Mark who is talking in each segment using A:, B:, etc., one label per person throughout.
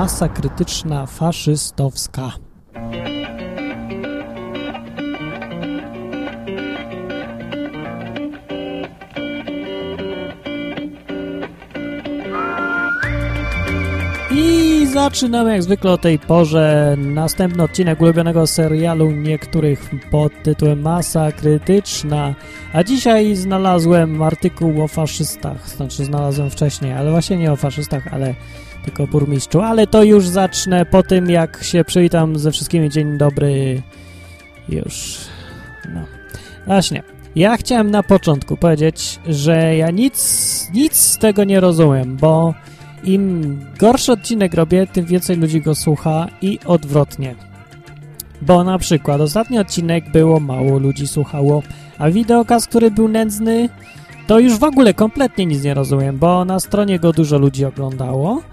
A: masa krytyczna faszystowska. I zaczynamy jak zwykle o tej porze następny odcinek ulubionego serialu niektórych pod tytułem Masa Krytyczna. A dzisiaj znalazłem artykuł o faszystach, znaczy znalazłem wcześniej, ale właśnie nie o faszystach, ale tylko o burmistrzu. Ale to już zacznę po tym, jak się przywitam ze wszystkimi. Dzień dobry. Już. No. Właśnie. Ja chciałem na początku powiedzieć, że ja nic z tego nie rozumiem, bo im gorszy odcinek robię, tym więcej ludzi go słucha i odwrotnie. Bo na przykład ostatni odcinek było mało ludzi słuchało, a wideokaz, który był nędzny, to już w ogóle kompletnie nic nie rozumiem, bo na stronie go dużo ludzi oglądało,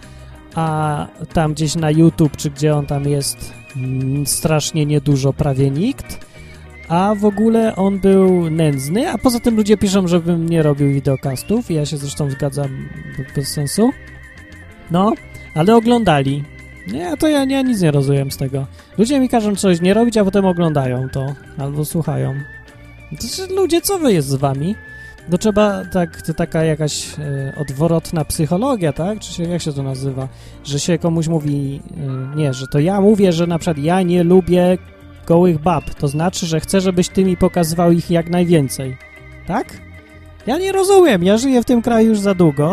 A: a tam gdzieś na YouTube, czy gdzie on tam jest, strasznie niedużo, prawie nikt, a w ogóle on był nędzny, a poza tym ludzie piszą, żebym nie robił wideokastów i ja się zresztą zgadzam bez sensu. No, ale oglądali. Nie, to ja nic nie rozumiem z tego. Ludzie mi każą coś nie robić, a potem oglądają to. Albo słuchają. To, ludzie, co wy jest z wami? To trzeba taka jakaś odwrotna psychologia, tak? Czy jak się to nazywa? Że się komuś mówi, nie, że to ja mówię, że na przykład ja nie lubię gołych bab. To znaczy, że chcę, żebyś ty mi pokazywał ich jak najwięcej. Tak? Ja nie rozumiem. Ja żyję w tym kraju już za długo.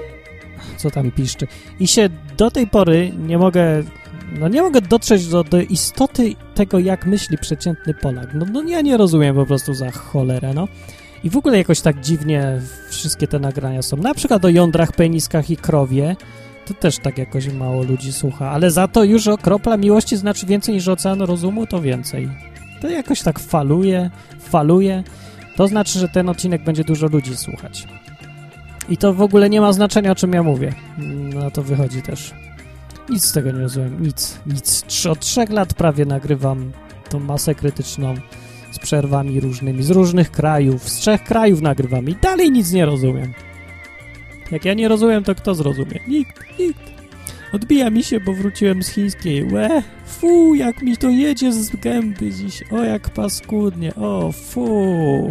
A: Co tam piszczy. I się do tej pory nie mogę dotrzeć do istoty tego, jak myśli przeciętny Polak. No ja nie rozumiem po prostu za cholerę, no. I w ogóle jakoś tak dziwnie wszystkie te nagrania są. Na przykład o jądrach, peniskach i krowie. To też tak jakoś mało ludzi słucha. Ale za to już o kropla miłości znaczy więcej niż ocean rozumu, to więcej. To jakoś tak faluje. To znaczy, że ten odcinek będzie dużo ludzi słuchać. I to w ogóle nie ma znaczenia, o czym ja mówię. No to wychodzi też. Nic z tego nie rozumiem. Nic. Od 3 lat prawie nagrywam tą masę krytyczną z przerwami różnymi, z różnych krajów. Z 3 krajów nagrywam i dalej nic nie rozumiem. Jak ja nie rozumiem, to kto zrozumie? Nikt. Odbija mi się, bo wróciłem z chińskiej. Fu, jak mi to jedzie z gęby dziś. O, jak paskudnie. O, fu.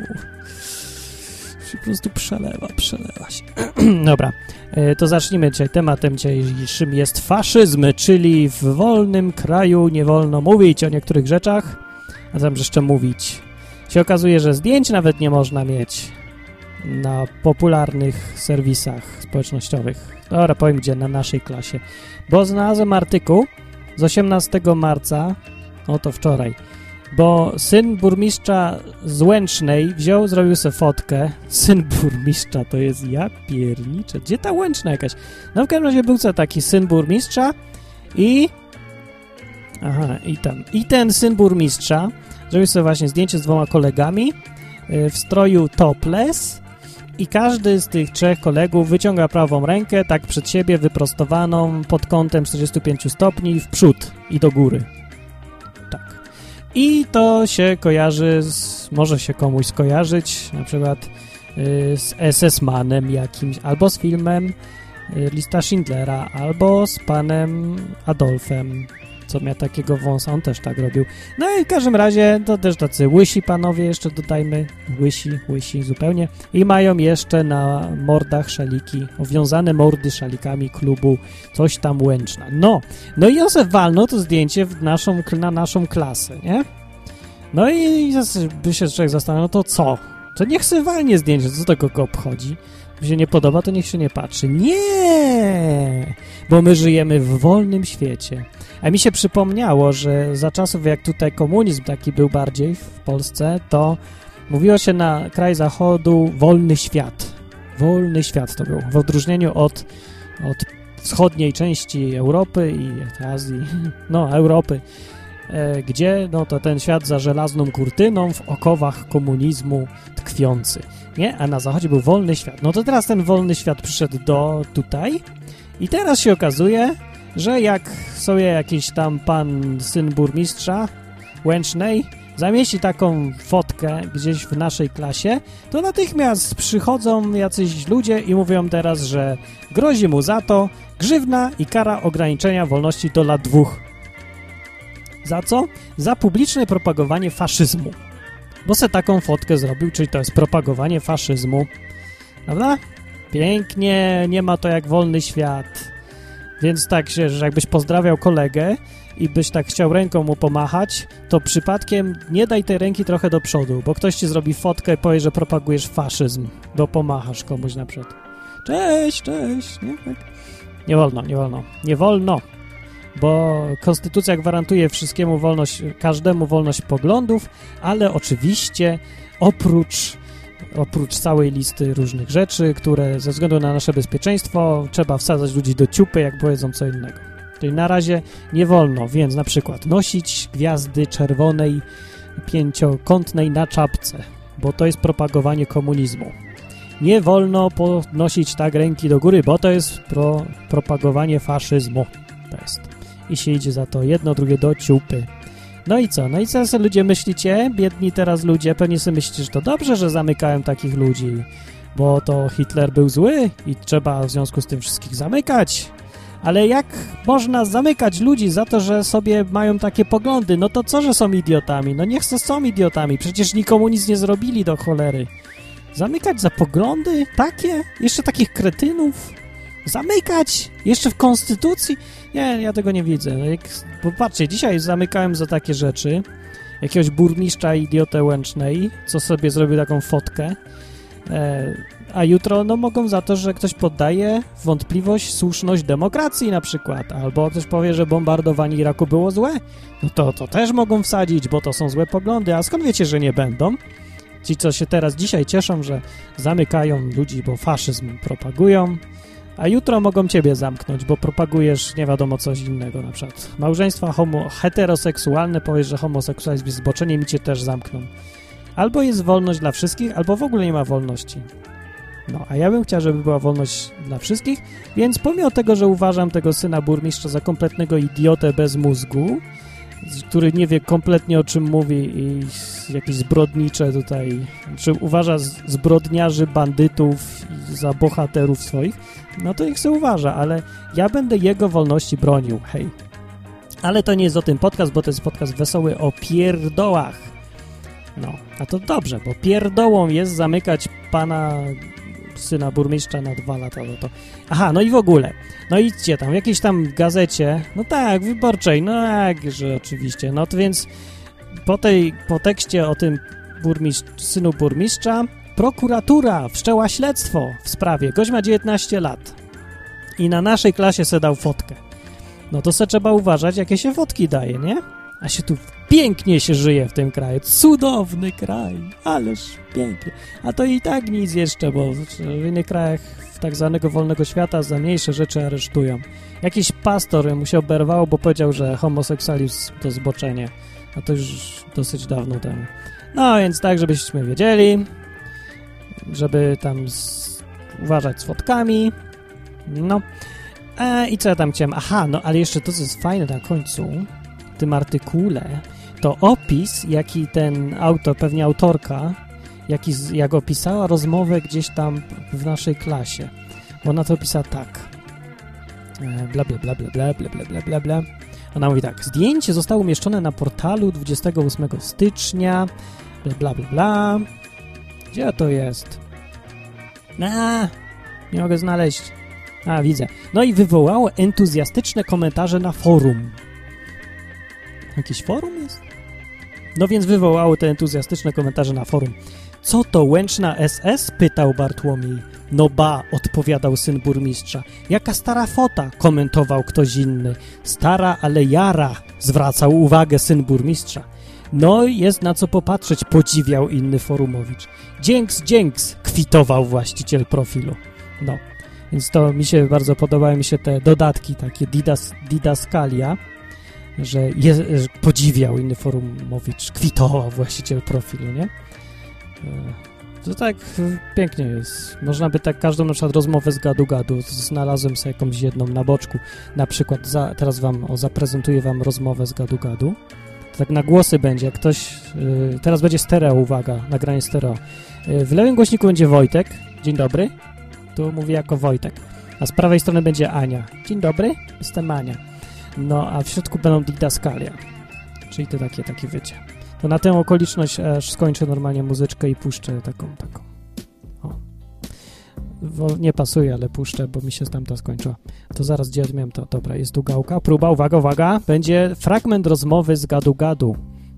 A: Po prostu przelewa się. Dobra, to zacznijmy dzisiaj. Tematem dzisiejszym jest faszyzm, czyli w wolnym kraju nie wolno mówić o niektórych rzeczach, a tam jeszcze mówić. Się okazuje, że zdjęć nawet nie można mieć na popularnych serwisach społecznościowych. Dobra, powiem gdzie, na naszej klasie. Bo znalazłem artykuł z 18 marca, no to wczoraj, bo syn burmistrza z Łęcznej zrobił sobie fotkę. Syn burmistrza to jest ja pierniczę. Gdzie ta Łęczna jakaś? No w każdym razie był co taki syn burmistrza i ten syn burmistrza zrobił sobie właśnie zdjęcie z 2 kolegami w stroju topless i każdy z tych 3 kolegów wyciąga prawą rękę tak przed siebie wyprostowaną pod kątem 45 stopni w przód i do góry. I to się kojarzy może się komuś skojarzyć na przykład z SS-manem jakimś, albo z filmem Lista Schindlera, albo z panem Adolfem, co miał takiego wąsa, on też tak robił. No i w każdym razie to też tacy łysi panowie, jeszcze dodajmy, łysi zupełnie, i mają jeszcze na mordach szaliki, owiązane mordy szalikami klubu coś tam Łęczna. No i Józef walnął to zdjęcie na naszą klasę, nie? No i by się człowiek zastanawiał, no to co? To niech se walnie zdjęcie, co tego go obchodzi? Mi się nie podoba, to niech się nie patrzy. Nie! Bo my żyjemy w wolnym świecie. A mi się przypomniało, że za czasów, jak tutaj komunizm taki był bardziej w Polsce, to mówiło się na kraj zachodu wolny świat. Wolny świat to był. W odróżnieniu od wschodniej części Europy i Azji, Europy, gdzie to ten świat za żelazną kurtyną w okowach komunizmu tkwiący, nie? A na zachodzie był wolny świat. No to teraz ten wolny świat przyszedł tutaj i teraz się okazuje, że jak sobie jakiś tam pan, syn burmistrza Łęcznej zamieści taką fotkę gdzieś w naszej klasie, to natychmiast przychodzą jacyś ludzie i mówią teraz, że grozi mu za to grzywna i kara ograniczenia wolności do lat 2. Za co? Za publiczne propagowanie faszyzmu. Bo se taką fotkę zrobił, czyli to jest propagowanie faszyzmu. Prawda? Pięknie, nie ma to jak wolny świat. Więc tak się, że jakbyś pozdrawiał kolegę i byś tak chciał ręką mu pomachać, to przypadkiem nie daj tej ręki trochę do przodu, bo ktoś ci zrobi fotkę i powie, że propagujesz faszyzm, bo pomachasz komuś na przykład. Cześć, nie? Tak. Nie wolno, bo konstytucja gwarantuje wszystkiemu wolność, każdemu wolność poglądów, ale oczywiście oprócz całej listy różnych rzeczy, które ze względu na nasze bezpieczeństwo trzeba wsadzać ludzi do ciupy, jak powiedzą co innego. Czyli na razie nie wolno, więc na przykład nosić gwiazdy czerwonej, pięciokątnej na czapce, bo to jest propagowanie komunizmu. Nie wolno podnosić tak ręki do góry, bo to jest propagowanie faszyzmu. To jest. I się idzie za to jedno, drugie do ciupy. No i co? No i co sobie ludzie myślicie? Biedni teraz ludzie, pewnie sobie myślicie, że to dobrze, że zamykają takich ludzi, bo to Hitler był zły i trzeba w związku z tym wszystkich zamykać. Ale jak można zamykać ludzi za to, że sobie mają takie poglądy? No to co, że są idiotami? No niech są idiotami, przecież nikomu nic nie zrobili do cholery. Zamykać za poglądy? Takie? Jeszcze takich kretynów? Zamykać? Jeszcze w konstytucji? Nie, ja tego nie widzę. Popatrzcie, dzisiaj zamykałem za takie rzeczy jakiegoś burmistrza idiotę Łęcznej, co sobie zrobił taką fotkę, a jutro no mogą za to, że ktoś poddaje w wątpliwość słuszność demokracji na przykład, albo ktoś powie, że bombardowanie Iraku było złe, no to też mogą wsadzić, bo to są złe poglądy, a skąd wiecie, że nie będą? Ci, co się dzisiaj cieszą, że zamykają ludzi, bo faszyzm propagują, a jutro mogą ciebie zamknąć, bo propagujesz nie wiadomo coś innego, na przykład małżeństwa heteroseksualne, powiesz, że homoseksualizm jest zboczeniem i cię też zamkną. Albo jest wolność dla wszystkich, albo w ogóle nie ma wolności. No, a ja bym chciał, żeby była wolność dla wszystkich, więc pomimo tego, że uważam tego syna burmistrza za kompletnego idiotę bez mózgu, który nie wie kompletnie o czym mówi i jakieś zbrodnicze tutaj, czy uważa zbrodniarzy, bandytów za bohaterów swoich, no to niech se uważa, ale ja będę jego wolności bronił, hej. Ale to nie jest o tym podcast, bo to jest podcast wesoły o pierdołach. No, a to dobrze, bo pierdołą jest zamykać pana syna burmistrza na 2 lata. To. Aha, no i w ogóle, no idźcie tam, w jakiejś tam gazecie, no tak, wyborczej, no tak, że oczywiście, no to więc po tekście o tym synu burmistrza prokuratura wszczęła śledztwo w sprawie, gość ma 19 lat i na naszej klasie se dał fotkę. No to se trzeba uważać, jakie się fotki daje, nie? A się tu pięknie się żyje w tym kraju. Cudowny kraj, ależ pięknie. A to i tak nic jeszcze, bo w innych krajach tak zwanego wolnego świata za mniejsze rzeczy aresztują. Jakiś pastor mu się oberwało, bo powiedział, że homoseksualizm to zboczenie. A to już dosyć dawno temu. No więc tak, żebyśmy wiedzieli, żeby tam uważać z fotkami. No. I co ja tam chciałem? Aha, no ale jeszcze to, co jest fajne na końcu, w tym artykule, to opis, jaki ten autor, pewnie autorka, jak opisała rozmowę gdzieś tam w naszej klasie. Ona to opisała tak. Bla, bla, bla, bla, bla, bla, bla, bla, bla. Ona mówi tak. Zdjęcie zostało umieszczone na portalu 28 stycznia. Bla, bla, bla. Gdzie to jest? Nie mogę znaleźć. Widzę. No i wywołało entuzjastyczne komentarze na forum. Jakieś forum jest? No więc wywołało te entuzjastyczne komentarze na forum. Co to, Łęczna SS? Pytał Bartłomiej. No ba, odpowiadał syn burmistrza. Jaka stara fota? Komentował ktoś inny. Stara, ale jara, zwracał uwagę syn burmistrza. No jest na co popatrzeć, podziwiał inny forumowicz. Dzięks, kwitował właściciel profilu. No, więc to mi się bardzo podobały mi się te dodatki, takie didaskalia, że podziwiał inny forumowicz, kwitował właściciel profilu, nie? To tak pięknie jest. Można by tak każdą na przykład rozmowę z gadu-gadu. Znalazłem sobie jakąś jedną na boczku. Na przykład teraz zaprezentuję wam rozmowę z gadu-gadu. Tak na głosy będzie, jak ktoś... teraz będzie stereo, uwaga, nagranie stereo. W lewym głośniku będzie Wojtek. Dzień dobry. Tu mówię jako Wojtek. A z prawej strony będzie Ania. Dzień dobry, jestem Ania. No, a w środku będą didaskalia. Czyli to takie wiecie. To na tę okoliczność aż skończę normalnie muzyczkę i puszczę taką. O. Nie pasuje, ale puszczę, bo mi się tamta skończyła. To zaraz, gdzie miałem to? Dobra, jest tu gałka. Próba, uwaga. Będzie fragment rozmowy z gadu-gadu.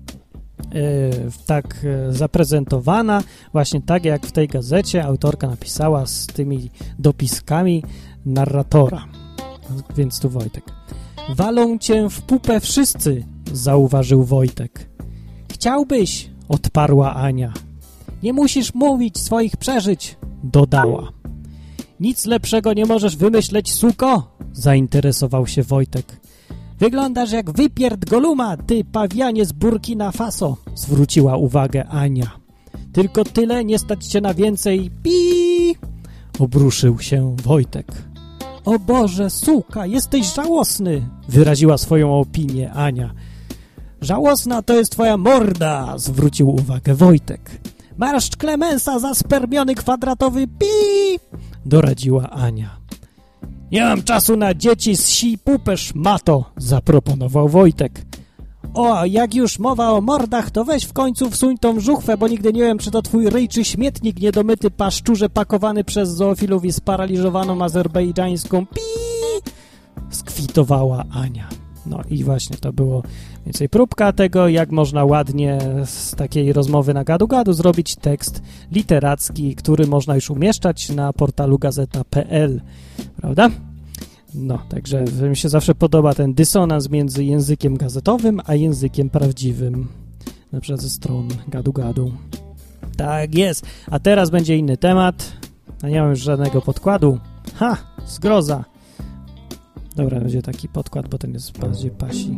A: Zaprezentowana właśnie tak, jak w tej gazecie autorka napisała z tymi dopiskami narratora. Więc tu Wojtek. Walą cię w pupę wszyscy, zauważył Wojtek. Chciałbyś, odparła Ania. Nie musisz mówić swoich przeżyć, dodała. Nic lepszego nie możesz wymyśleć, suko? Zainteresował się Wojtek. Wyglądasz jak wypierd Goluma, ty pawianie z Burkina Faso, zwróciła uwagę Ania. Tylko tyle, nie stać cię na więcej. Pi! Obruszył się Wojtek. O Boże, suka, jesteś żałosny, wyraziła swoją opinię Ania. Żałosna to jest twoja morda, zwrócił uwagę Wojtek. Marszcz Klemensa, zaspermiony kwadratowy, pi! Doradziła Ania. Nie mam czasu na dzieci z si pupesz, mato, zaproponował Wojtek. O, jak już mowa o mordach, to weź w końcu wsuń tą żuchwę, bo nigdy nie wiem, czy to twój ryj, czy śmietnik niedomyty paszczurze pakowany przez zoofilów i sparaliżowaną azerbejdżańską pi! Skwitowała Ania. No i właśnie to było więcej próbka tego, jak można ładnie z takiej rozmowy na gadu-gadu zrobić tekst literacki, który można już umieszczać na portalu gazeta.pl, prawda? No, także mi się zawsze podoba ten dysonans między językiem gazetowym a językiem prawdziwym, na przykład ze stron gadu-gadu. Tak jest, a teraz będzie inny temat, a nie mam już żadnego podkładu. Ha, zgroza. Dobra, będzie taki podkład, bo ten jest bardziej pasi.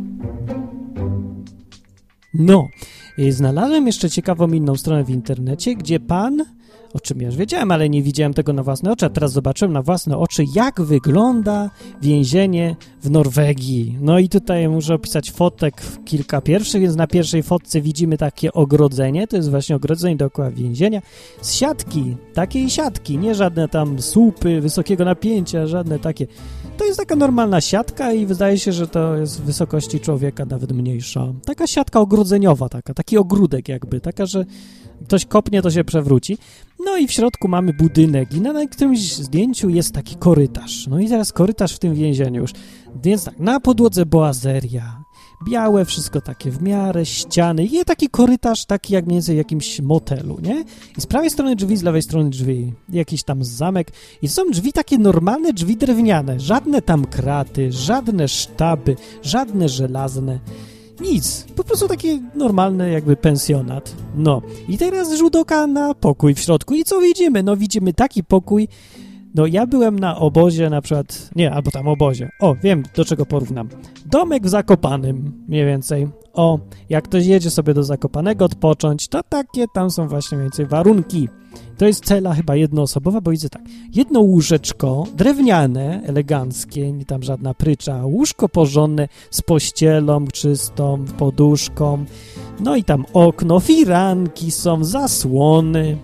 A: No, znalazłem jeszcze ciekawą inną stronę w internecie, gdzie pan, o czym ja już wiedziałem, ale nie widziałem tego na własne oczy, a teraz zobaczyłem na własne oczy, jak wygląda więzienie w Norwegii. No i tutaj muszę opisać fotek kilka pierwszych, więc na pierwszej fotce widzimy takie ogrodzenie, to jest właśnie ogrodzenie dookoła więzienia, z siatki, takiej siatki, nie żadne tam słupy wysokiego napięcia, żadne takie. To jest taka normalna siatka i wydaje się, że to jest w wysokości człowieka, nawet mniejsza. Taka siatka ogrodzeniowa, taki ogródek jakby, taka, że ktoś kopnie, to się przewróci. No i w środku mamy budynek i na którymś zdjęciu jest taki korytarz. No i teraz korytarz w tym więzieniu już. Więc tak, na podłodze boazeria, białe, wszystko takie w miarę, ściany i taki korytarz taki jak między jakimś motelu, nie? I z prawej strony drzwi, z lewej strony drzwi, jakiś tam zamek i są drzwi takie normalne, drzwi drewniane, żadne tam kraty, żadne sztaby, żadne żelazne. Nic, po prostu taki normalny jakby pensjonat. No i teraz rzut oka na pokój w środku i co widzimy? No widzimy taki pokój, no ja byłem na obozie na przykład, nie, albo tam obozie, o wiem do czego porównam. Domek w Zakopanym mniej więcej. O, jak ktoś jedzie sobie do Zakopanego odpocząć, to takie tam są właśnie mniej więcej warunki. To jest cela chyba jednoosobowa, bo widzę tak, jedno łóżeczko, drewniane, eleganckie, nie tam żadna prycza, łóżko porządne z pościelą czystą, poduszką, no i tam okno, firanki są, zasłony,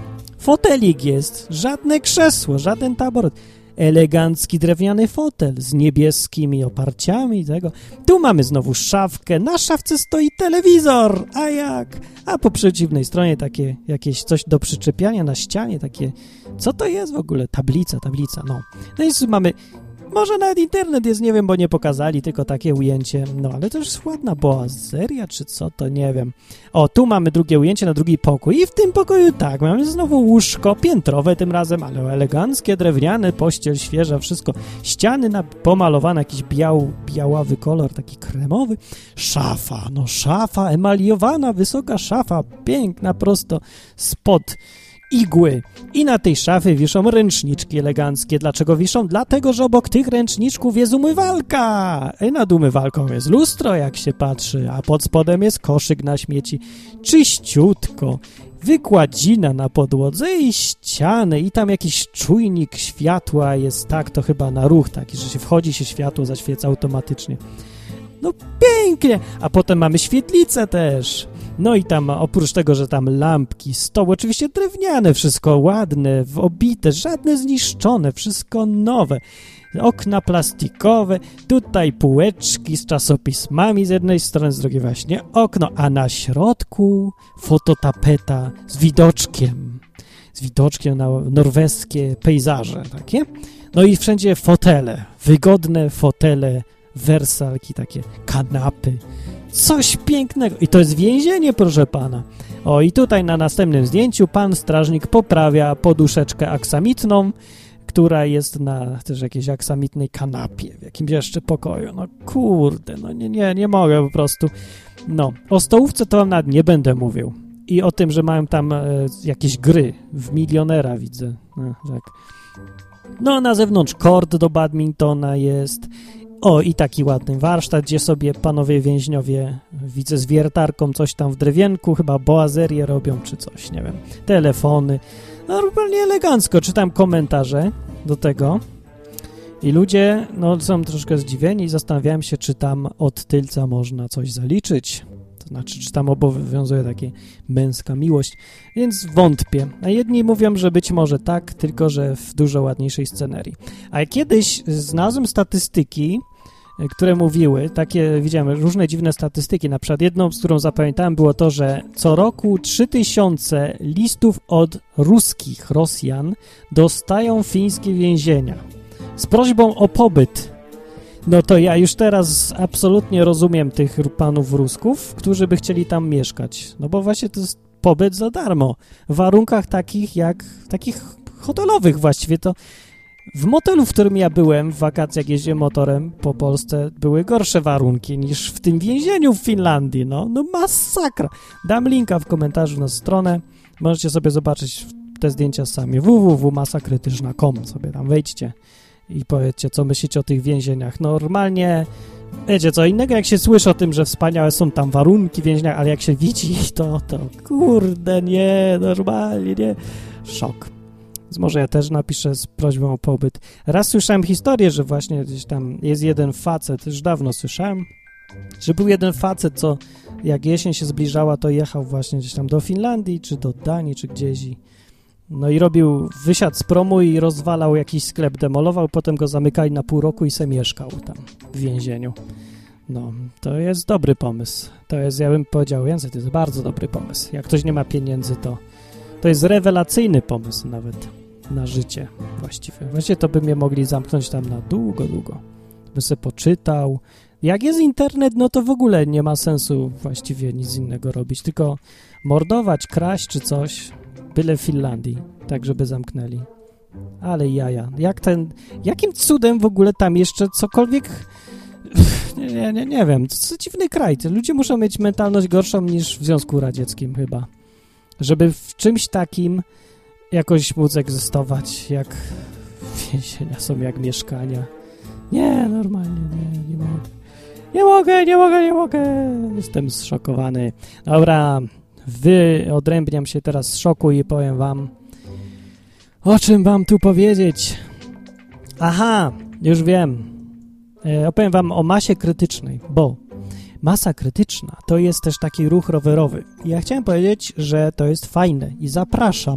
A: fotelik jest, żadne krzesło, żaden taboret. Elegancki drewniany fotel z niebieskimi oparciami tego. Tu mamy znowu szafkę, na szafce stoi telewizor, a jak? A po przeciwnej stronie takie jakieś coś do przyczepiania na ścianie, takie, co to jest w ogóle? Tablica, no. No i mamy, może nawet internet jest, nie wiem, bo nie pokazali, tylko takie ujęcie, no ale to już ładna boazeria, czy co, to nie wiem. O, tu mamy drugie ujęcie na drugi pokój i w tym pokoju tak, mamy znowu łóżko, piętrowe tym razem, ale eleganckie, drewniane, pościel świeża, wszystko. Ściany pomalowane, jakiś białawy kolor, taki kremowy. Szafa, no szafa, emaliowana, wysoka szafa, piękna, prosto spod igły. I na tej szafie wiszą ręczniczki eleganckie. Dlaczego wiszą? Dlatego, że obok tych ręczniczków jest umywalka. I nad umywalką jest lustro, jak się patrzy, a pod spodem jest koszyk na śmieci. Czyściutko. Wykładzina na podłodze i ściany. I tam jakiś czujnik światła jest, tak, to chyba na ruch taki, że się wchodzi, się światło zaświeca automatycznie. No pięknie! A potem mamy świetlicę też. No i tam oprócz tego, że tam lampki, stoły, oczywiście drewniane, wszystko ładne, obite, żadne zniszczone, wszystko nowe. Okna plastikowe, tutaj półeczki z czasopismami z jednej strony, z drugiej właśnie okno, a na środku fototapeta z widoczkiem na norweskie pejzaże takie. No i wszędzie fotele, wygodne fotele, wersalki, takie kanapy. Coś pięknego. I to jest więzienie, proszę pana. O, i tutaj na następnym zdjęciu pan strażnik poprawia poduszeczkę aksamitną, która jest na też jakiejś aksamitnej kanapie, w jakimś jeszcze pokoju. No kurde, no nie mogę po prostu. No, o stołówce to wam nawet nie będę mówił. I o tym, że mają tam jakieś gry w milionera, widzę. No, tak. No, na zewnątrz kort do badmintona jest. O, i taki ładny warsztat, gdzie sobie panowie więźniowie, widzę z wiertarką coś tam w drewienku, chyba boazerię robią czy coś, nie wiem. Telefony. Normalnie elegancko. Czytam komentarze do tego i ludzie są troszkę zdziwieni i zastanawiałem się, czy tam od tylca można coś zaliczyć. To znaczy, czy tam obowiązuje taka męska miłość, więc wątpię. A jedni mówią, że być może tak, tylko że w dużo ładniejszej scenerii. A kiedyś znalazłem statystyki, które mówiły, takie widziałem różne dziwne statystyki, na przykład jedną, z którą zapamiętałem, było to, że co roku 3000 listów od Rosjan dostają fińskie więzienia z prośbą o pobyt. No to ja już teraz absolutnie rozumiem tych panów Rusków, którzy by chcieli tam mieszkać, no bo właśnie to jest pobyt za darmo, w warunkach takich hotelowych właściwie. To w motelu, w którym ja byłem w wakacjach, jeździłem motorem po Polsce, były gorsze warunki niż w tym więzieniu w Finlandii. No masakra. Dam linka w komentarzu na stronę. Możecie sobie zobaczyć te zdjęcia sami. www.masakrytyczna.com sobie tam wejdźcie i powiedzcie, co myślicie o tych więzieniach. Normalnie, wiecie co innego, jak się słyszy o tym, że wspaniałe są tam warunki w więzieniach, ale jak się widzi, to kurde, nie, normalnie nie. Szok. Może ja też napiszę z prośbą o pobyt. Raz słyszałem historię, że właśnie gdzieś tam jest jeden facet, już dawno słyszałem, że był jeden facet, co jak jesień się zbliżała, to jechał właśnie gdzieś tam do Finlandii, czy do Danii, czy gdzieś i wysiadł z promu i rozwalał jakiś sklep, demolował, potem go zamykali na pół roku i se mieszkał tam w więzieniu. No, to jest dobry pomysł. To jest, ja bym powiedział więcej, to jest bardzo dobry pomysł. Jak ktoś nie ma pieniędzy, to jest rewelacyjny pomysł nawet na życie właściwie. Właściwie to by mnie mogli zamknąć tam na długo. By sobie poczytał. Jak jest internet, no to w ogóle nie ma sensu właściwie nic innego robić, tylko mordować, kraść czy coś, byle w Finlandii, tak żeby zamknęli. Ale jaja. Jakim cudem w ogóle tam jeszcze cokolwiek... Nie wiem, to dziwny kraj. Ludzie muszą mieć mentalność gorszą niż w Związku Radzieckim chyba. Żeby w czymś takim jakoś móc egzystować, jak więzienia są, jak mieszkania. Nie, normalnie, nie mogę. Jestem zszokowany. Dobra, wyodrębniam się teraz z szoku i powiem wam, o czym wam tu powiedzieć. Aha, już wiem. Opowiem wam o masie krytycznej, bo masa krytyczna to jest też taki ruch rowerowy. I ja chciałem powiedzieć, że to jest fajne i zapraszam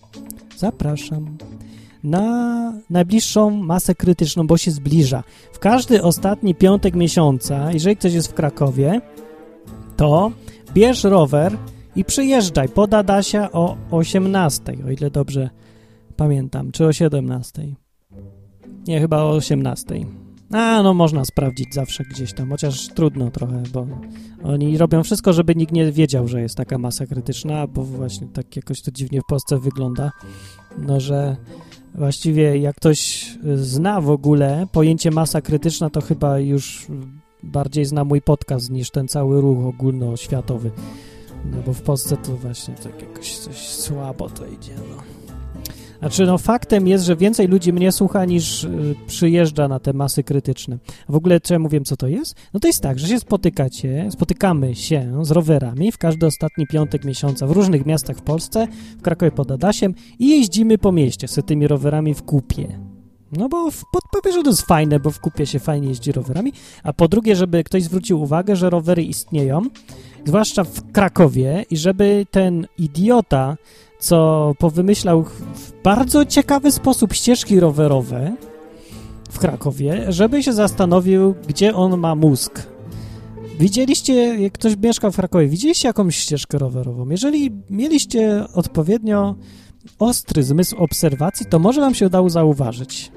A: na najbliższą masę krytyczną, bo się zbliża. W każdy ostatni piątek miesiąca, jeżeli ktoś jest w Krakowie, to bierz rower i przyjeżdżaj pod Adasia o 18, o ile dobrze pamiętam, czy o 17. Nie, chyba o 18. Można sprawdzić zawsze gdzieś tam, chociaż trudno trochę, bo oni robią wszystko, żeby nikt nie wiedział, że jest taka masa krytyczna, bo właśnie tak jakoś to dziwnie w Polsce wygląda, że właściwie jak ktoś zna w ogóle pojęcie masa krytyczna, to chyba już bardziej zna mój podcast niż ten cały ruch ogólnoświatowy, bo w Polsce to właśnie tak jakoś coś słabo to idzie, Znaczy, faktem jest, że więcej ludzi mnie słucha niż przyjeżdża na te masy krytyczne. W ogóle, co ja mówię, co to jest? To jest tak, że się spotykamy się z rowerami w każdy ostatni piątek miesiąca w różnych miastach w Polsce, w Krakowie pod Adasiem i jeździmy po mieście z tymi rowerami w kupie. No bo po pierwsze to jest fajne, bo w kupie się fajnie jeździ rowerami, a po drugie, żeby ktoś zwrócił uwagę, że rowery istnieją, zwłaszcza w Krakowie i żeby ten idiota, co powymyślał w bardzo ciekawy sposób ścieżki rowerowe w Krakowie, żeby się zastanowił, gdzie on ma mózg. Widzieliście, jak ktoś mieszkał w Krakowie, widzieliście jakąś ścieżkę rowerową? Jeżeli mieliście odpowiednio ostry zmysł obserwacji, to może wam się udało zauważyć,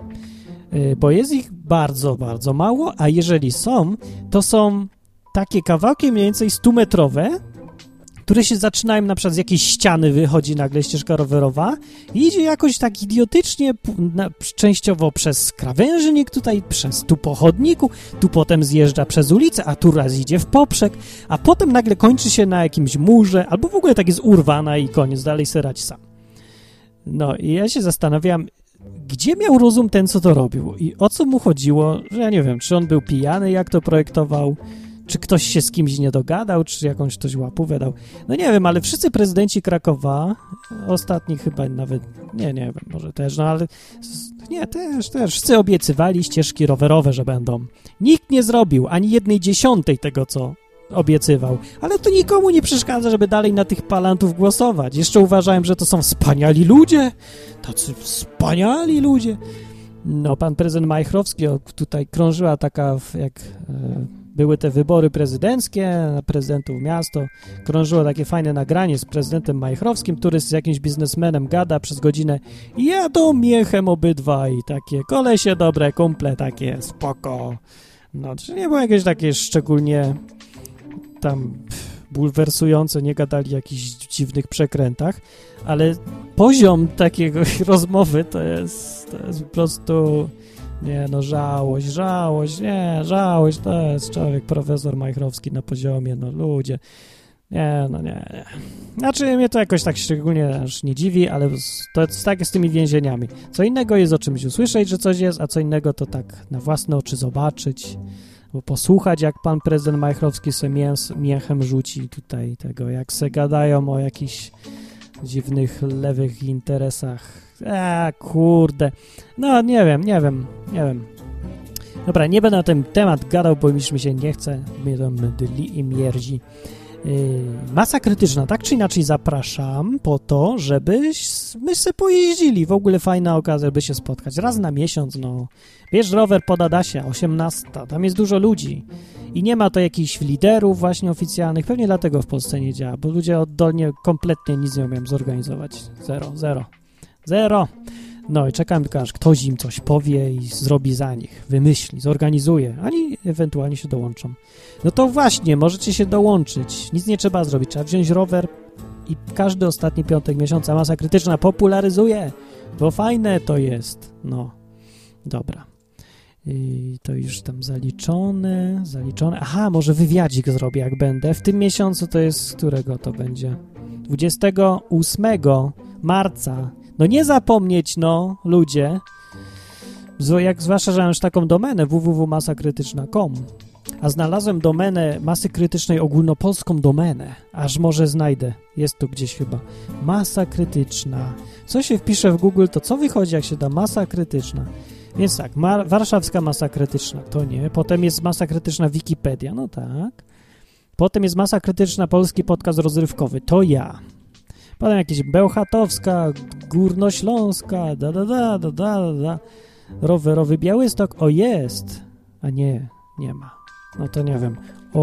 A: bo jest ich bardzo, bardzo mało, a jeżeli są, to są takie kawałki mniej więcej 100-metrowe, które się zaczynają, na przykład z jakiejś ściany wychodzi nagle ścieżka rowerowa i idzie jakoś tak idiotycznie, częściowo przez krawężnik tutaj, przez tu po chodniku, tu potem zjeżdża przez ulicę, a tu raz idzie w poprzek, a potem nagle kończy się na jakimś murze, albo w ogóle tak jest urwana i koniec, dalej se radź sam. No i ja się zastanawiam, gdzie miał rozum ten, co to robił i o co mu chodziło, że ja nie wiem, czy on był pijany, jak to projektował, czy ktoś się z kimś nie dogadał, czy jakąś ktoś łapówę dał. No nie wiem, ale wszyscy prezydenci Krakowa, ostatni chyba nawet, nie wiem, może też, no ale nie, też, wszyscy obiecywali ścieżki rowerowe, że będą. Nikt nie zrobił ani 1/10 tego, co obiecywał, ale to nikomu nie przeszkadza, żeby dalej na tych palantów głosować. Jeszcze uważałem, że to są wspaniali ludzie, tacy wspaniali ludzie. No, pan prezydent Majchrowski, tutaj krążyła taka, jak były te wybory prezydenckie na prezydentów miasto, krążyło takie fajne nagranie z prezydentem Majchrowskim, który z jakimś biznesmenem gada przez godzinę i jadą miechem obydwaj, takie kolesie dobre, kumple, takie spoko. No, czy nie było jakieś takie szczególnie tam bulwersujące, nie gadali o jakichś dziwnych przekrętach, ale poziom takiego rozmowy to jest po prostu, nie no, żałość, to jest człowiek, profesor Majchrowski na poziomie, no ludzie, nie. Znaczy mnie to jakoś tak szczególnie aż nie dziwi, ale to jest tak z tymi więzieniami. Co innego jest o czymś usłyszeć, że coś jest, a co innego to tak na własne oczy zobaczyć, bo posłuchać, jak pan prezydent Majchrowski se miechem rzuci tutaj tego, jak se gadają o jakichś dziwnych lewych interesach. Kurde. No, nie wiem. Dobra, nie będę na ten temat gadał, bo już mi się nie chce. Mnie to mdli i mierdzi. Masa krytyczna, tak czy inaczej zapraszam po to, żebyśmy se pojeździli. W ogóle fajna okazja, żeby się spotkać. Raz na miesiąc, no. Bierz rower pod Adasia, 18. Tam jest dużo ludzi. I nie ma to jakichś liderów właśnie oficjalnych. Pewnie dlatego w Polsce nie działa, bo ludzie oddolnie kompletnie nic nie umieją zorganizować. Zero. No i czekam tylko, aż ktoś im coś powie i zrobi za nich, wymyśli, zorganizuje, ani ewentualnie się dołączą. No to właśnie, możecie się dołączyć, nic nie trzeba zrobić, trzeba wziąć rower i każdy ostatni piątek miesiąca Masa Krytyczna popularyzuje, bo fajne to jest. No, dobra. I to już tam zaliczone. Aha, może wywiadzik zrobię, jak będę. W tym miesiącu to jest, z którego to będzie? 28 marca. No nie zapomnieć, no, ludzie. Zwłaszcza, że mam już taką domenę www.masakrytyczna.com, a znalazłem domenę Masy Krytycznej, ogólnopolską domenę. Aż może znajdę. Jest tu gdzieś chyba. Masa Krytyczna. Co się wpisze w Google, to co wychodzi, jak się da Masa Krytyczna? Więc tak, warszawska Masa Krytyczna, to nie. Potem jest Masa Krytyczna Wikipedia, no tak. Potem jest Masa Krytyczna Polski Podcast Rozrywkowy, to ja. Potem jakieś Bełchatowska, Górnośląska, Rowerowy Białystok, o jest, a nie ma. No to nie wiem.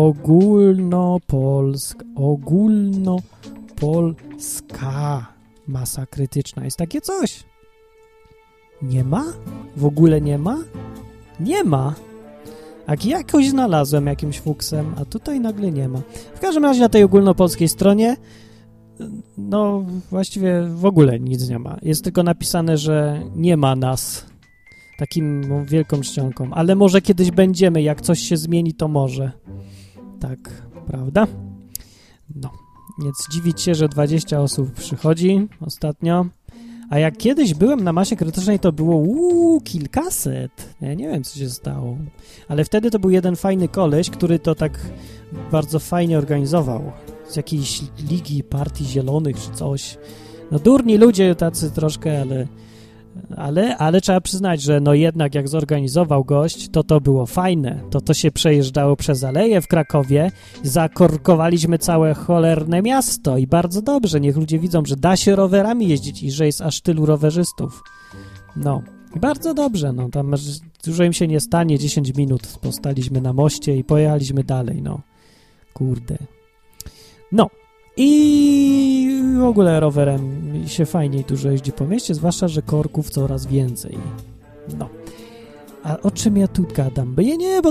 A: Ogólnopolska Masa Krytyczna. Jest takie coś? Nie ma? W ogóle nie ma? Nie ma. A jakoś znalazłem jakimś fuksem, a tutaj nagle nie ma. W każdym razie na tej ogólnopolskiej stronie no właściwie w ogóle nic nie ma. Jest tylko napisane, że nie ma nas. Takim wielką czcionką. Ale może kiedyś będziemy, jak coś się zmieni, to może. Tak, prawda? No, więc dziwić się, że 20 osób przychodzi ostatnio. A jak kiedyś byłem na Masie Krytycznej, to było kilkaset. Ja nie wiem, co się stało. Ale wtedy to był jeden fajny koleś, który to tak bardzo fajnie organizował. Z jakiejś ligi partii zielonych czy coś. No durni ludzie tacy troszkę, ale Ale trzeba przyznać, że no jednak jak zorganizował gość, to było fajne. To się przejeżdżało przez aleje w Krakowie, zakorkowaliśmy całe cholerne miasto i bardzo dobrze, niech ludzie widzą, że da się rowerami jeździć i że jest aż tylu rowerzystów. No, i bardzo dobrze, no tam dużo im się nie stanie, 10 minut postaliśmy na moście i pojechaliśmy dalej, no. Kurde. No. I w ogóle rowerem się fajniej dużo jeździ po mieście, zwłaszcza, że korków coraz więcej. No. A o czym ja tu gadam? Bo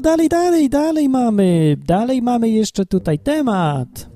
A: dalej mamy jeszcze tutaj temat.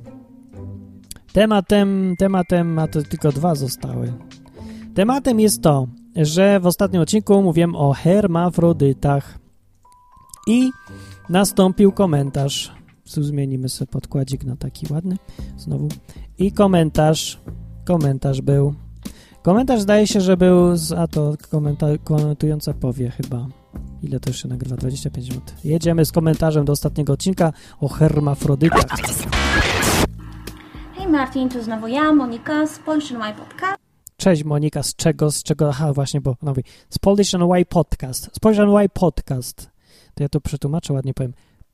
A: Tematem, a to tylko 2 zostały. Tematem jest to, że w ostatnim odcinku mówiłem o hermafrodytach i nastąpił komentarz. Tu zmienimy sobie podkładzik na taki ładny. Znowu. I komentarz był. Komentarz zdaje się, że był komentująca powie chyba. Ile to jeszcze nagrywa? 25 minut. Jedziemy z komentarzem do ostatniego odcinka o hermafrodytach.
B: Hej Martin, tu znowu ja, Monika z Polish and White Podcast.
A: Cześć Monika, z czego? Aha, właśnie, bo no, z Polish and White Podcast. Z Polish and White Podcast. To ja to przetłumaczę, ładnie powiem.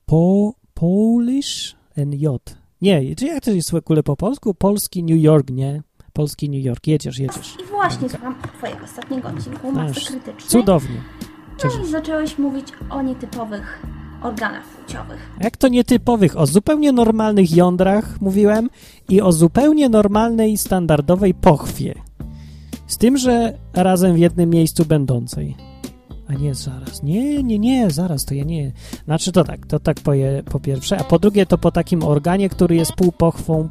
A: Polish and J. Nie, jak to jest w ogóle po polsku? Polski New York, nie? Polski New York. Jedziesz.
B: I właśnie słucham twojego ostatniego odcinku Masy Krytycznej.
A: Cudownie.
B: No i zacząłeś mówić o nietypowych organach płciowych.
A: Jak to nietypowych? O zupełnie normalnych jądrach mówiłem i o zupełnie normalnej, standardowej pochwie. Z tym, że razem w jednym miejscu będącej. A nie, zaraz. Nie, zaraz, to ja nie. Znaczy to tak po pierwsze, a po drugie to po takim organie, który jest pół pochwą,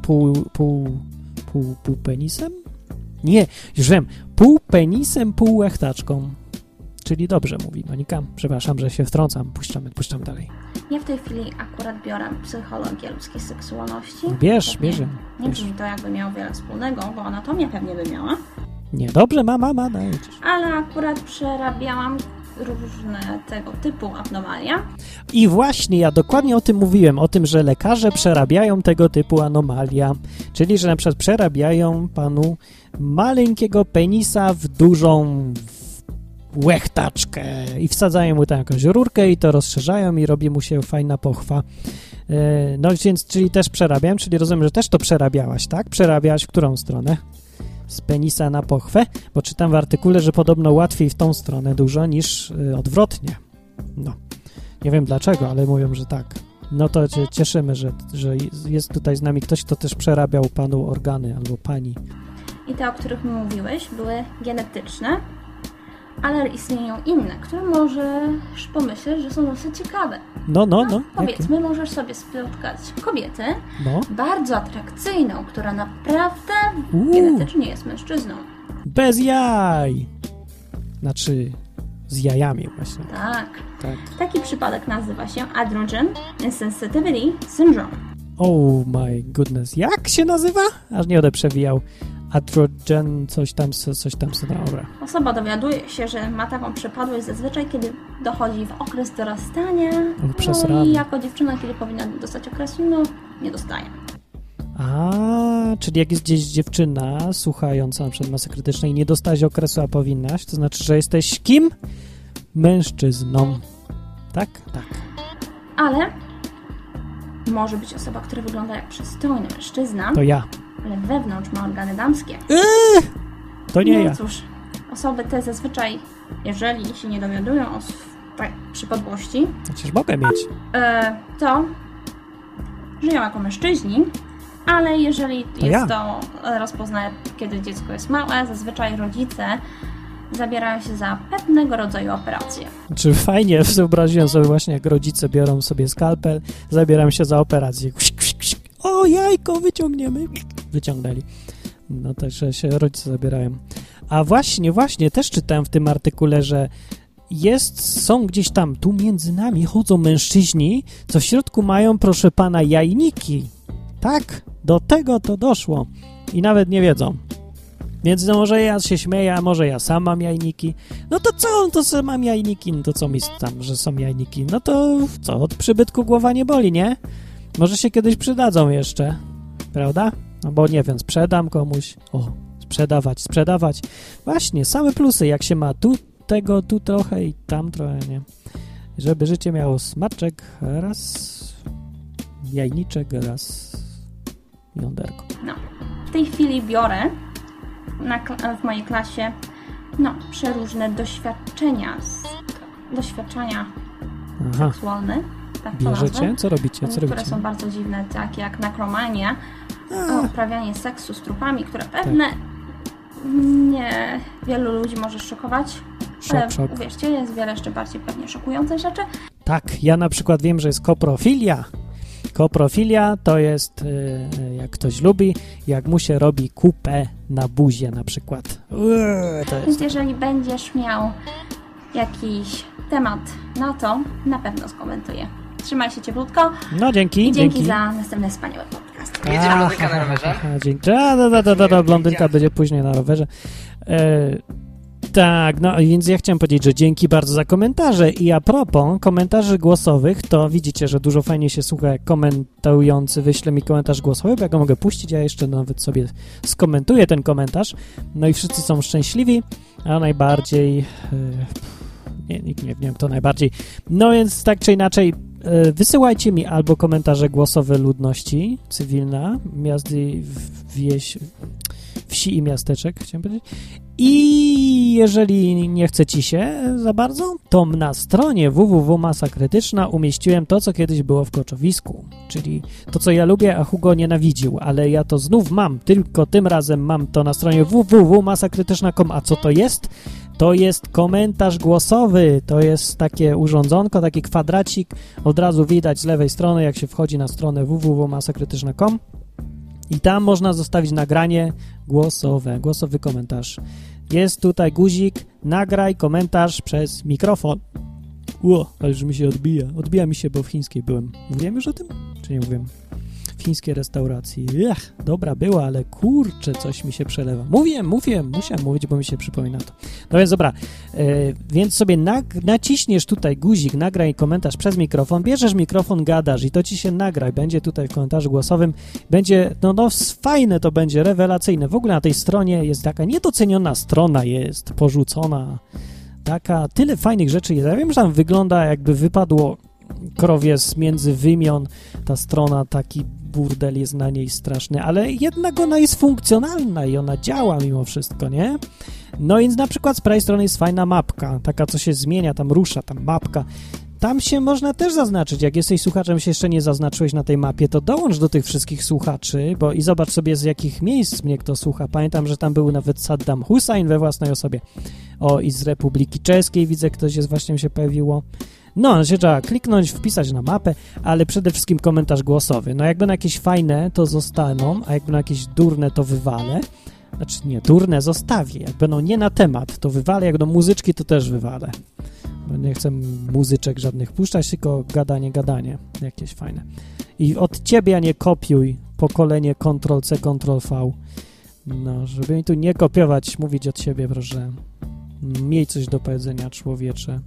A: pół penisem? Nie, już wiem, pół penisem, pół łechtaczką. Czyli dobrze mówi Monika. Przepraszam, że się wtrącam. Puszczamy dalej.
B: Ja w tej chwili akurat biorę psychologię ludzkiej seksualności.
A: Bierz.
B: Nie brzmi to jakby miało wiele wspólnego, bo anatomia pewnie by miała.
A: Nie, dobrze, mama, dajesz.
B: Ale akurat przerabiałam różne tego typu anomalia.
A: I właśnie ja dokładnie o tym mówiłem, o tym, że lekarze przerabiają tego typu anomalia, czyli że na przykład przerabiają panu maleńkiego penisa w dużą łechtaczkę i wsadzają mu tam jakąś rurkę i to rozszerzają i robi mu się fajna pochwa. No więc, czyli też przerabiałem, czyli rozumiem, że też to przerabiałaś, tak? Przerabiałaś w którą stronę? Z penisa na pochwę? Bo czytam w artykule, że podobno łatwiej w tą stronę dużo niż odwrotnie. No, nie wiem dlaczego, ale mówią, że tak. No to się cieszymy, że jest tutaj z nami ktoś, kto też przerabiał panu organy albo pani.
B: I te, o których mówiłeś, były genetyczne, ale istnieją inne, które możesz pomyśleć, że są dosyć ciekawe.
A: No.
B: Powiedzmy, możesz sobie spotkać kobietę bardzo atrakcyjną, która naprawdę genetycznie jest mężczyzną.
A: Bez jaj! Znaczy, z jajami właśnie.
B: Tak. Taki przypadek nazywa się Androgen Insensitivity Syndrome.
A: Oh my goodness. Jak się nazywa? Aż nie będę przewijał. Androgen, coś tam, dobra.
B: Osoba dowiaduje się, że ma taką przypadłość zazwyczaj, kiedy dochodzi w okres dorastania. I jako dziewczyna, kiedy powinna dostać okresu, nie dostaje.
A: Czyli jak jest gdzieś dziewczyna słuchająca na przykład Masy Krytycznej i nie dostać okresu, a powinnaś, to znaczy, że jesteś kim? Mężczyzną. Tak? Tak.
B: Ale może być osoba, która wygląda jak przystojny mężczyzna.
A: To ja.
B: Ale wewnątrz ma organy damskie.
A: To nie ja.
B: No cóż, osoby te zazwyczaj, jeżeli się nie dowiadują o przypadłości,
A: Przecież mogę mieć.
B: To żyją jako mężczyźni, ale jeżeli to rozpoznaje, kiedy dziecko jest małe, zazwyczaj rodzice zabierają się za pewnego rodzaju operację.
A: Czy fajnie wyobraziłem sobie właśnie, jak rodzice biorą sobie skalpel, zabierają się za operację. O, jajko wyciągniemy. Wyciągnęli. No także się rodzice zabierają. A właśnie, też czytałem w tym artykule, że są gdzieś tam, tu między nami chodzą mężczyźni, co w środku mają, proszę pana, jajniki. Tak, do tego to doszło. I nawet nie wiedzą. Więc może ja się śmieję, a może ja sam mam jajniki. No to co, to co mam jajniki? No to co mi tam, że są jajniki? No to co, od przybytku głowa nie boli, nie? Może się kiedyś przydadzą jeszcze, prawda? No bo nie wiem, sprzedam komuś. sprzedawać. Właśnie, same plusy, jak się ma tu tego, tu trochę i tam trochę, nie? Żeby życie miało smaczek, raz jajniczek, raz jąderko.
B: No, w tej chwili biorę w mojej klasie przeróżne doświadczenia seksualne. Tak
A: bierzecie? Co robicie?
B: Które są bardzo dziwne, takie jak nekromania, uprawianie seksu z trupami, które pewne nie wielu ludzi może szokować.
A: Szok.
B: Uwierzcie, jest wiele jeszcze bardziej pewnie szokujących rzeczy.
A: Tak, ja na przykład wiem, że jest koprofilia. Koprofilia to jest, jak ktoś lubi, jak mu się robi kupę na buzie na przykład.
B: Więc jeżeli będziesz miał jakiś temat na to, na pewno skomentuję. Trzymaj się cieplutko.
A: No dzięki.
B: I dzięki za następny wspaniały podcast.
C: Jedzie blondynka na rowerze?
A: Dzięki. Blondynka będzie później na rowerze. Tak, no więc ja chciałem powiedzieć, że dzięki bardzo za komentarze i a propos komentarzy głosowych, to widzicie, że dużo fajnie się słucha, jak komentujący wyśle mi komentarz głosowy, bo ja go mogę puścić, ja jeszcze nawet sobie skomentuję ten komentarz, no i wszyscy są szczęśliwi, a najbardziej... nikt nie wiem kto najbardziej. No więc tak czy inaczej wysyłajcie mi albo komentarze głosowe ludności cywilna, miast i wsi i miasteczek, chciałem powiedzieć. I jeżeli nie chce ci się za bardzo, to na stronie www.masa krytyczna umieściłem to, co kiedyś było w Koczowisku, czyli to, co ja lubię, a Hugo nienawidził, ale ja to znów mam, tylko tym razem mam to na stronie www.masakrytyczna.com. A co to jest? To jest komentarz głosowy, to jest takie urządzonko, taki kwadracik, od razu widać z lewej strony, jak się wchodzi na stronę www.masakrytyczna.com i tam można zostawić nagranie głosowe, głosowy komentarz. Jest tutaj guzik, nagraj komentarz przez mikrofon. Ale już mi się odbija mi się, bo w chińskiej byłem. Mówiłem już o tym? Czy nie mówiłem? W chińskiej restauracji. Dobra była, ale kurczę, coś mi się przelewa. Mówiłem, musiałem mówić, bo mi się przypomina to. No więc dobra, więc sobie naciśniesz tutaj guzik, nagraj komentarz przez mikrofon, bierzesz mikrofon, gadasz i to ci się nagra, będzie tutaj w komentarzu głosowym, będzie, fajne to będzie, rewelacyjne. W ogóle na tej stronie jest taka niedoceniona strona, jest porzucona, taka, tyle fajnych rzeczy jest. Ja wiem, że tam wygląda jakby wypadło krowie z między wymion, ta strona, taki burdel jest na niej straszny, ale jednak ona jest funkcjonalna i ona działa mimo wszystko, nie? No więc na przykład z prawej strony jest fajna mapka, taka co się zmienia, tam rusza, tam mapka. Tam się można też zaznaczyć, jak jesteś słuchaczem, się jeszcze nie zaznaczyłeś na tej mapie, to dołącz do tych wszystkich słuchaczy, bo i zobacz sobie z jakich miejsc mnie kto słucha. Pamiętam, że tam był nawet Saddam Hussein we własnej osobie. O, i z Republiki Czeskiej widzę, ktoś jest właśnie się pojawiło. No, się trzeba kliknąć, wpisać na mapę, ale przede wszystkim komentarz głosowy. No jak będą jakieś fajne, to zostaną, a jak będą jakieś durne, to wywalę. Znaczy nie, durne zostawię. Jak będą nie na temat, to wywalę, jak będą muzyczki, to też wywalę. Bo nie chcę muzyczek żadnych puszczać, tylko gadanie jakieś fajne. I od ciebie, a nie kopiuj, pokolenie Ctrl-C, Ctrl-V. No, żeby mi tu nie kopiować, mówić od siebie, proszę. Miej coś do powiedzenia, człowiecze.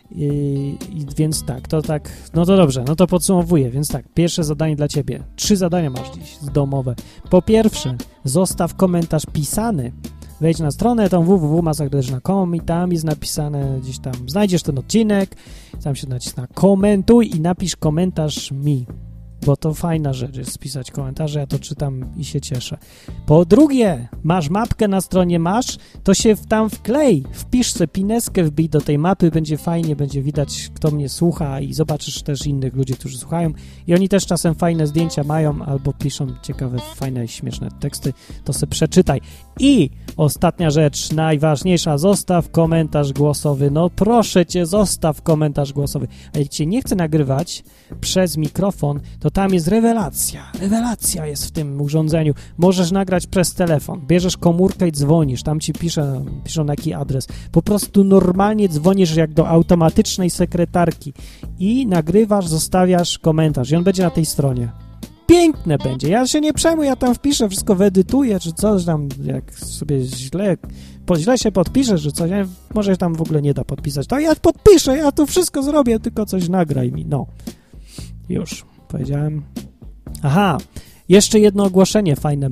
A: Więc tak, no to dobrze, no to podsumowuję, więc tak, pierwsze zadanie dla ciebie, 3 zadania masz dziś domowe. Po pierwsze, zostaw komentarz pisany, wejdź na stronę tą www.masakrytyczna.com i tam jest napisane, gdzieś tam znajdziesz ten odcinek, tam się nacisna komentuj i napisz komentarz mi, bo to fajna rzecz jest pisać komentarze, ja to czytam i się cieszę. Po drugie, masz mapkę na stronie, to się tam wklej, wpisz sobie pineskę, wbij do tej mapy, będzie fajnie, będzie widać, kto mnie słucha i zobaczysz też innych ludzi, którzy słuchają i oni też czasem fajne zdjęcia mają albo piszą ciekawe, fajne, śmieszne teksty, to sobie przeczytaj. I ostatnia rzecz, najważniejsza, zostaw komentarz głosowy, no proszę cię, zostaw komentarz głosowy, a jak cię nie chce nagrywać przez mikrofon, to tam jest rewelacja jest w tym urządzeniu, możesz nagrać przez telefon, bierzesz komórkę i dzwonisz, tam ci piszą na jaki adres, po prostu normalnie dzwonisz jak do automatycznej sekretarki i nagrywasz, zostawiasz komentarz i on będzie na tej stronie. Piękne będzie, ja się nie przejmuję, ja tam wpiszę, wszystko wyedytuję, czy coś tam, jak sobie źle się podpiszesz, czy coś, może tam w ogóle nie da podpisać, to ja podpiszę, ja tu wszystko zrobię, tylko coś nagraj mi, no. Już, powiedziałem. Aha, jeszcze jedno ogłoszenie fajne mam.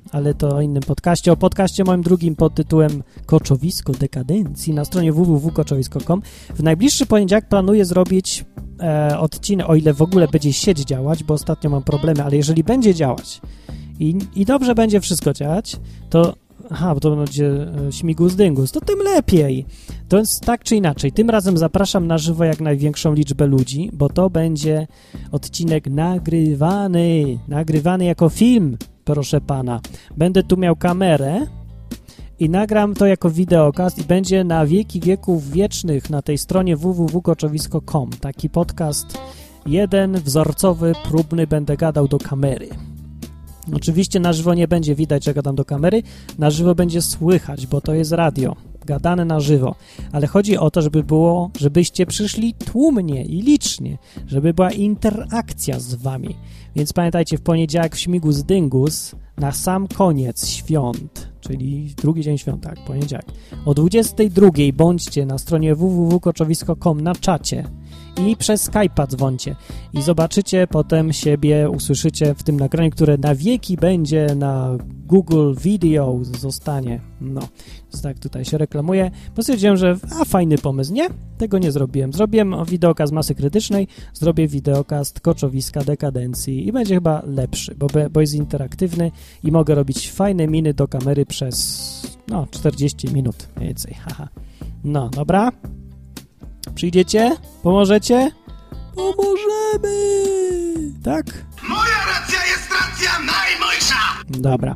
A: ale to o innym podcaście. O podcaście moim drugim pod tytułem Koczowisko dekadencji na stronie www.koczowisko.com. W najbliższy poniedziałek planuję zrobić odcinek, o ile w ogóle będzie sieć działać, bo ostatnio mam problemy, ale jeżeli będzie działać i dobrze będzie wszystko działać, to bo to będzie śmigus dyngus, to tym lepiej. To jest tak czy inaczej. Tym razem zapraszam na żywo jak największą liczbę ludzi, bo to będzie odcinek nagrywany jako film, proszę pana. Będę tu miał kamerę i nagram to jako wideokast i będzie na wieki wieków wiecznych na tej stronie www.koczowisko.com. Taki podcast jeden, wzorcowy, próbny, będę gadał do kamery. Oczywiście na żywo nie będzie widać, że gadam do kamery, na żywo będzie słychać, bo to jest radio, gadane na żywo, ale chodzi o to, żebyście przyszli tłumnie i licznie, żeby była interakcja z wami. Więc pamiętajcie, w poniedziałek w śmigus dyngus na sam koniec świąt, czyli drugi dzień świąt, tak, poniedziałek, o 22:00 bądźcie na stronie www.koczowisko.com na czacie i przez Skype'a dzwoncie i zobaczycie potem siebie, usłyszycie w tym nagraniu, które na wieki będzie na Google Video zostanie. No, więc tak tutaj się reklamuje. Bo stwierdziłem, że fajny pomysł, nie? Tego nie zrobiłem. Zrobiłem wideokast Masy Krytycznej, zrobię wideokast Koczowiska Dekadencji i będzie chyba lepszy, bo jest interaktywny i mogę robić fajne miny do kamery przez 40 minut mniej więcej. Haha. No, dobra. Przyjdziecie? Pomożecie? Pomożemy! Tak?
C: Moja racja jest racja najmojsza!
A: Dobra.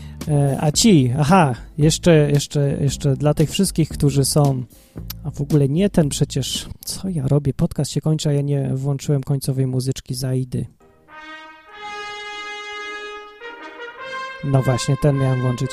A: Jeszcze dla tych wszystkich, którzy są, a w ogóle nie ten przecież, co ja robię? Podcast się kończy, a ja nie włączyłem końcowej muzyczki z Aidy. No właśnie, ten miałem włączyć.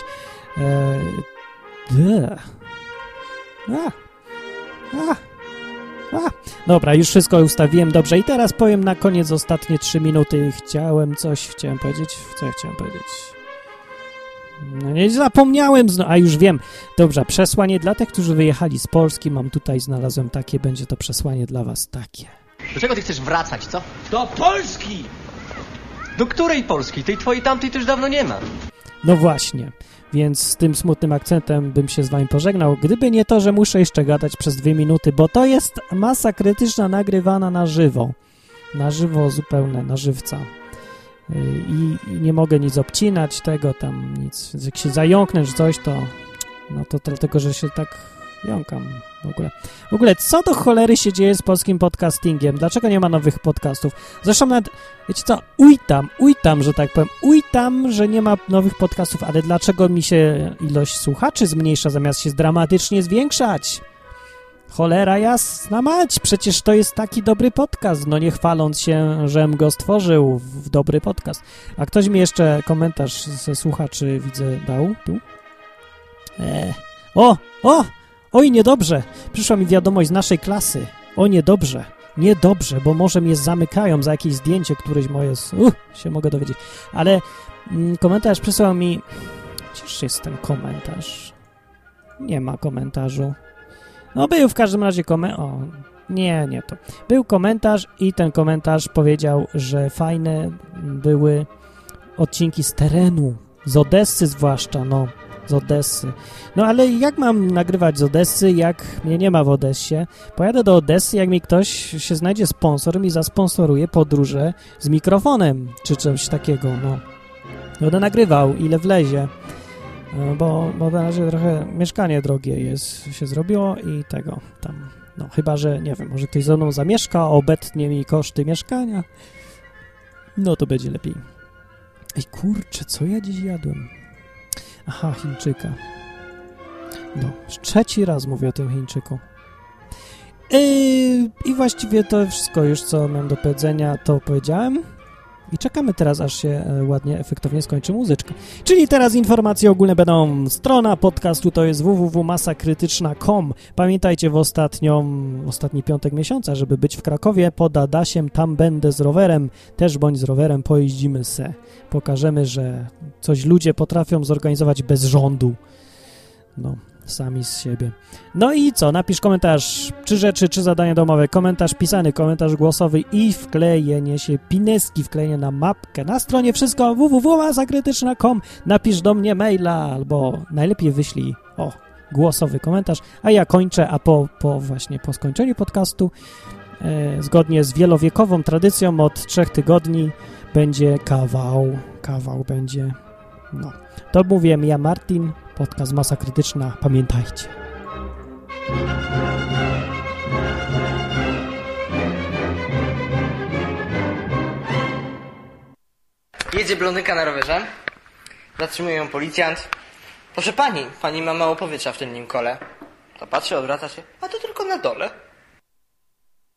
A: Dobra, już wszystko ustawiłem dobrze i teraz powiem na koniec ostatnie 3 minuty. Chciałem powiedzieć. Co ja chciałem powiedzieć? No nie zapomniałem, a już wiem. Dobrze, przesłanie dla tych, którzy wyjechali z Polski. Znalazłem takie, będzie to przesłanie dla was takie.
D: Do czego ty chcesz wracać, co?
C: Do Polski!
D: Do której Polski? Tej twojej, tamtej to już dawno nie ma.
A: No właśnie, więc z tym smutnym akcentem bym się z wami pożegnał, gdyby nie to, że muszę jeszcze gadać przez 2 minuty, bo to jest Masa Krytyczna nagrywana na żywo. Na żywo zupełnie, na żywca. I nie mogę nic obcinać tego, tam nic. Jak się zająknę czy coś, to dlatego, że się tak jąkam w ogóle, co do cholery się dzieje z polskim podcastingiem? Dlaczego nie ma nowych podcastów? Zresztą nawet, wiecie co, ujtam, że tak powiem, że nie ma nowych podcastów, ale dlaczego mi się ilość słuchaczy zmniejsza, zamiast się dramatycznie zwiększać? Cholera jasna mać, przecież to jest taki dobry podcast, no nie chwaląc się, żem go stworzył w dobry podcast. A ktoś mi jeszcze komentarz ze słuchaczy, widzę, dał tu. Oj, niedobrze. Przyszła mi wiadomość z naszej klasy. O, niedobrze, bo może mnie zamykają za jakieś zdjęcie, któreś moje się mogę dowiedzieć. Ale komentarz przysłał mi... Gdzież jest ten komentarz? Nie ma komentarzu. No był w każdym razie nie to. Był komentarz i ten komentarz powiedział, że fajne były odcinki z terenu, z Odessy zwłaszcza, z Odessy. No ale jak mam nagrywać z Odessy, jak mnie nie ma w Odessie? Pojadę do Odessy, jak mi ktoś się znajdzie sponsor, mi zasponsoruje podróże z mikrofonem, czy coś takiego, Będę nagrywał, ile wlezie. Bo na razie trochę mieszkanie drogie się zrobiło i tego tam, chyba, że, nie wiem, może ktoś ze mną zamieszka, obetnie mi koszty mieszkania, to będzie lepiej. Ej, kurczę, co ja dziś jadłem? Aha, Chińczyka. Trzeci raz mówię o tym Chińczyku. I właściwie to wszystko już, co mam do powiedzenia, to powiedziałem. I czekamy teraz, aż się ładnie, efektownie skończy muzyczka. Czyli teraz informacje ogólne będą. Strona podcastu to jest www.masakrytyczna.com. Pamiętajcie, w ostatni piątek miesiąca, żeby być w Krakowie pod Adasiem, tam będę z rowerem. Też bądź z rowerem, pojeździmy se. Pokażemy, że coś ludzie potrafią zorganizować bez rządu. sami z siebie. No i co? Napisz komentarz, 3 rzeczy, 3 zadania domowe, komentarz pisany, komentarz głosowy i wklejenie się, pineski, wklejenie na mapkę. Na stronie wszystko www.masakrytyczna.com. Napisz do mnie maila albo najlepiej wyślij głosowy komentarz, a ja kończę, a właśnie po skończeniu podcastu zgodnie z wielowiekową tradycją od 3 tygodni będzie kawał będzie. No, to mówiłem ja, Martin, podcast Masa Krytyczna, pamiętajcie.
E: Jedzie blondynka na rowerze, zatrzymuje ją policjant. Proszę pani ma mało powietrza w tylnym kole. To patrzy, odwraca się, a to tylko na dole.